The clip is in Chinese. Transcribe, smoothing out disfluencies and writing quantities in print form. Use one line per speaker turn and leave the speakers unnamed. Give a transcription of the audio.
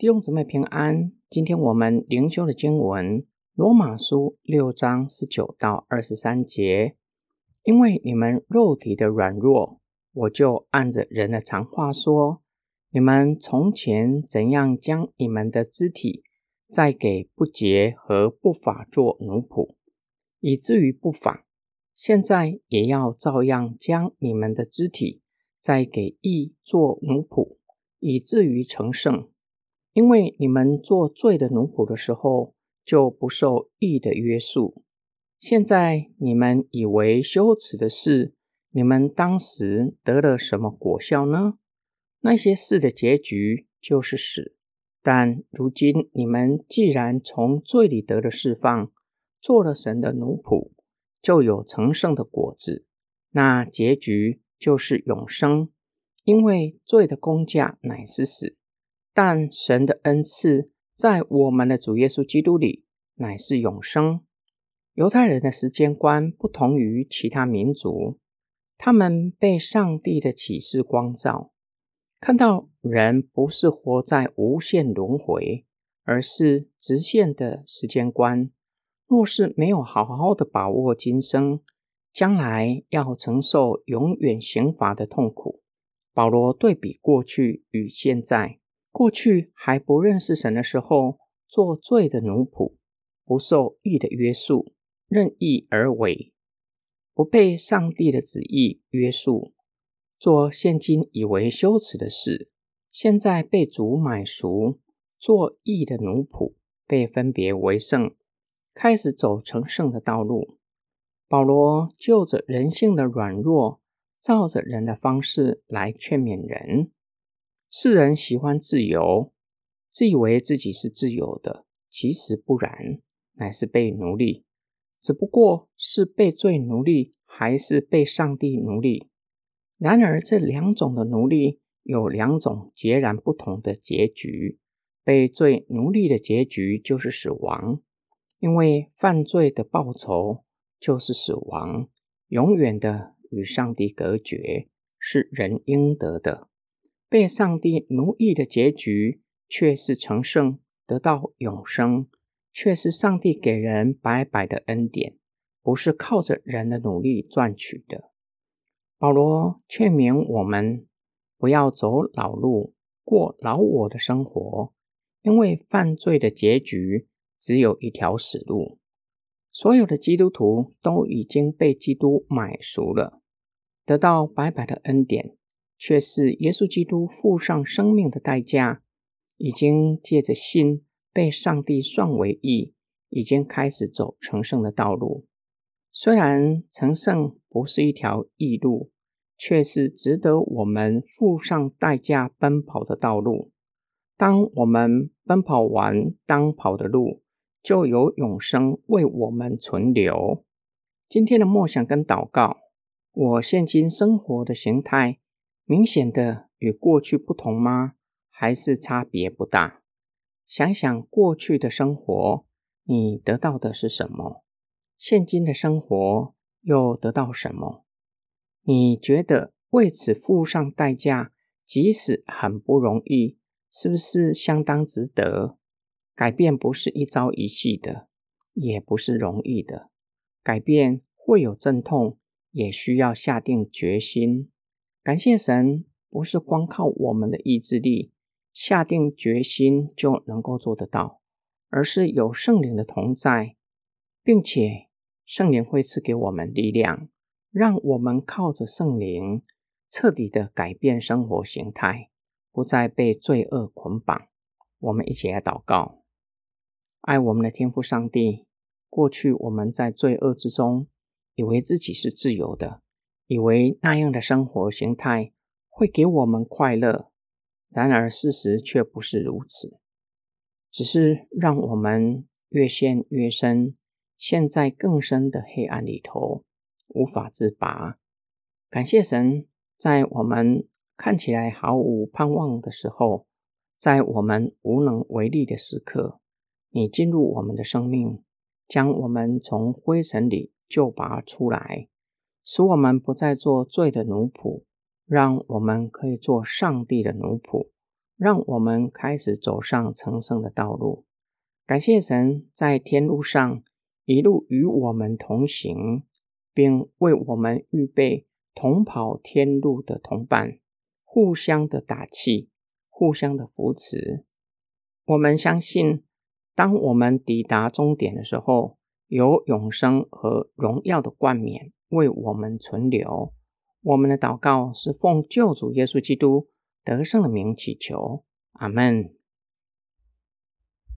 弟兄姊妹平安，今天我们灵修的经文罗马书6章19到23节。因为你们肉体的软弱，我就按着人的常话说，你们从前怎样将你们的肢体再给不洁和不法做奴仆，以至于不法，现在也要照样将你们的肢体再给义做奴仆，以至于成圣。因为你们做罪的奴仆的时候，就不受义的约束。现在你们以为羞耻的事，你们当时得了什么果效呢？那些事的结局就是死。但如今你们既然从罪里得了释放，做了神的奴仆，就有成圣的果子，那结局就是永生。因为罪的工价乃是死，但神的恩赐在我们的主耶稣基督里乃是永生。犹太人的时间观不同于其他民族，他们被上帝的启示光照，看到人不是活在无限轮回，而是直线的时间观。若是没有好好的把握今生，将来要承受永远刑罚的痛苦。保罗对比过去与现在，过去还不认识神的时候，做罪的奴仆，不受义的约束，任意而为，不被上帝的旨意约束，做现今以为羞耻的事。现在被主买赎，做义的奴仆，被分别为圣，开始走成圣的道路。保罗就着人性的软弱，照着人的方式来劝勉人。世人喜欢自由，自以为自己是自由的，其实不然，乃是被奴隶，只不过是被罪奴隶还是被上帝奴隶。然而这两种的奴隶有两种截然不同的结局。被罪奴隶的结局就是死亡，因为犯罪的报酬就是死亡，永远的与上帝隔绝，是人应得的。被上帝奴役的结局却是成圣，得到永生，却是上帝给人白白的恩典，不是靠着人的努力赚取的。保罗劝勉我们不要走老路，过老我的生活，因为犯罪的结局只有一条死路。所有的基督徒都已经被基督买赎了，得到白白的恩典，却是耶稣基督付上生命的代价，已经借着信被上帝算为义，已经开始走成圣的道路。虽然成圣不是一条义路，却是值得我们付上代价奔跑的道路。当我们奔跑完当跑的路，就有永生为我们存留。今天的默想跟祷告，我现今生活的形态明显的与过去不同吗？还是差别不大？想想过去的生活，你得到的是什么？现今的生活又得到什么？你觉得为此付上代价，即使很不容易，是不是相当值得？改变不是一朝一夕的，也不是容易的。改变会有阵痛，也需要下定决心。感谢神，不是光靠我们的意志力，下定决心就能够做得到，而是有圣灵的同在，并且圣灵会赐给我们力量，让我们靠着圣灵彻底的改变生活形态，不再被罪恶捆绑。我们一起来祷告。爱我们的天父上帝，过去我们在罪恶之中，以为自己是自由的，以为那样的生活形态会给我们快乐，然而事实却不是如此，只是让我们越陷越深，陷在更深的黑暗里头，无法自拔。感谢神，在我们看起来毫无盼望的时候，在我们无能为力的时刻，你进入我们的生命，将我们从灰尘里救拔出来，使我们不再做罪的奴仆，让我们可以做上帝的奴仆， 让我们开始走上成圣的道路。感谢神在天路上一路与我们同行，并为我们预备同跑天路的同伴，互相的打气，互相的扶持。我们相信，当我们抵达终点的时候，有永生和荣耀的冠冕为我们存留。我们的祷告是奉救主耶稣基督得胜的名祈求，阿们。